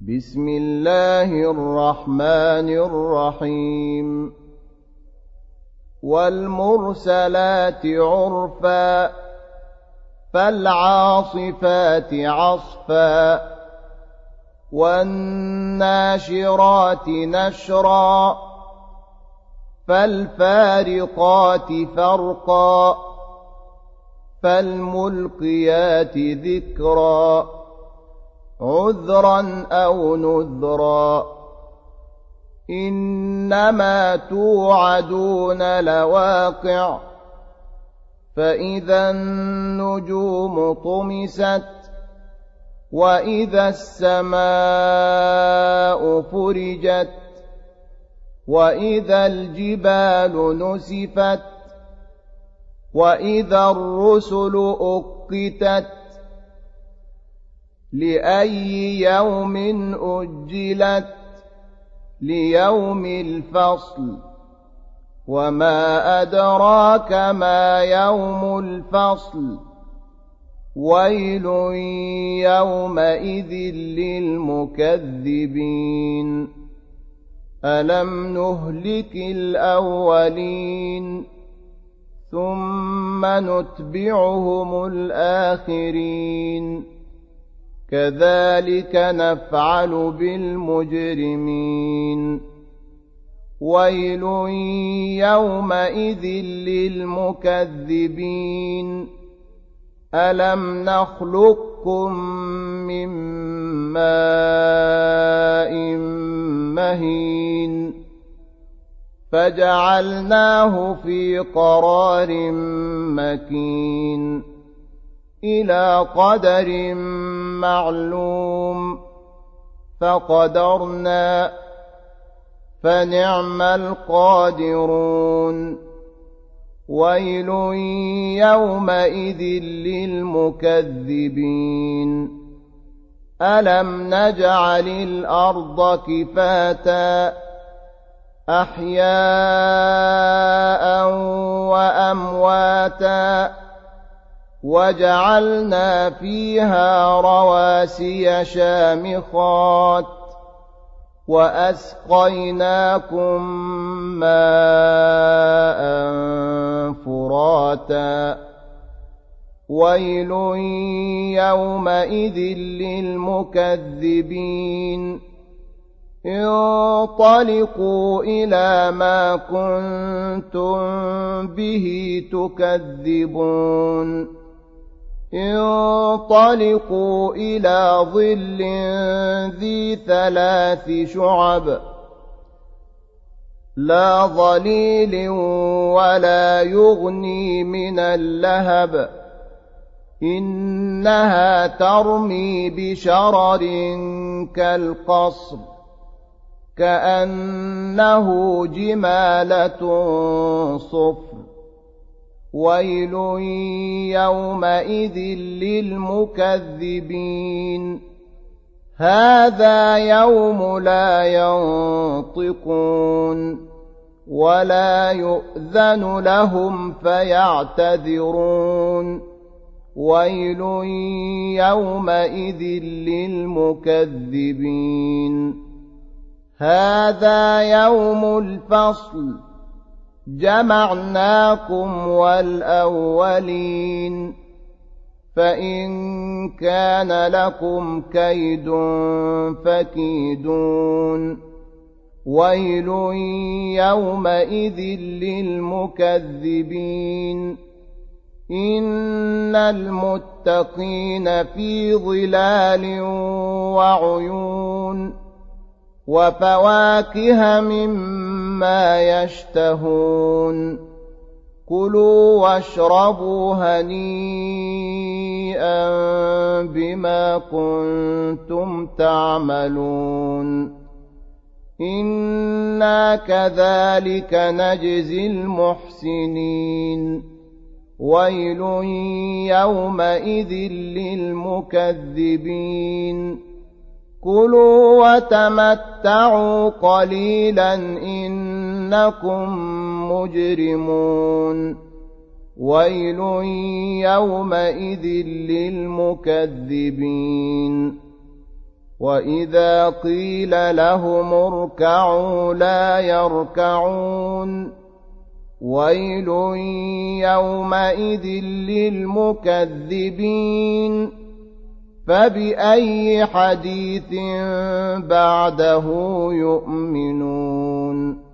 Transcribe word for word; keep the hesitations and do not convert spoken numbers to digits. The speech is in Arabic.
بسم الله الرحمن الرحيم والمرسلات عرفا فالعاصفات عصفا والناشرات نشرا فالفارقات فرقا فالملقيات ذكرا عذرا أو نذرا إنما توعدون لواقع فإذا النجوم طمست وإذا السماء فرجت وإذا الجبال نسفت وإذا الرسل أقتت لأي يوم أجلت ليوم الفصل وما أدراك ما يوم الفصل ويل يومئذ للمكذبين ألم نهلك الأولين ثم نتبعهم الآخرين كذلك نفعل بالمجرمين ويل يومئذ للمكذبين ألم نخلقكم من ماء مهين فجعلناه في قرار مكين إلى قدر معلوم فقدرنا فنعم القادرون ويل يومئذ للمكذبين ألم نجعل الأرض كفاتا أحياء وأمواتا وجعلنا فيها رواسي شامخات وأسقيناكم ماء فراتا ويل يومئذ للمكذبين انطلقوا إلى ما كنتم به تكذبون انطلقوا إلى ظل ذي ثلاث شعب لا ظليل ولا يغني من اللهب إنها ترمي بشرر كالقصر كأنه جمالة صفر ويل يومئذ للمكذبين هذا يوم لا ينطقون ولا يؤذن لهم فيعتذرون ويل يومئذ للمكذبين هذا يوم الفصل جمعناكم والأولين فإن كان لكم كيد فكيدون ويل يومئذ للمكذبين إن المتقين في ظلال وعيون وفواكه مما يشتهون كلوا واشربوا هنيئا بما كنتم تعملون إنا كذلك نجزي المحسنين ويل يومئذ للمكذبين كلوا وتمتعوا قليلا إنكم مجرمون ويل يومئذ للمكذبين وإذا قيل لهم اركعوا لا يركعون ويل يومئذ للمكذبين فبأي حديث بعده يؤمنون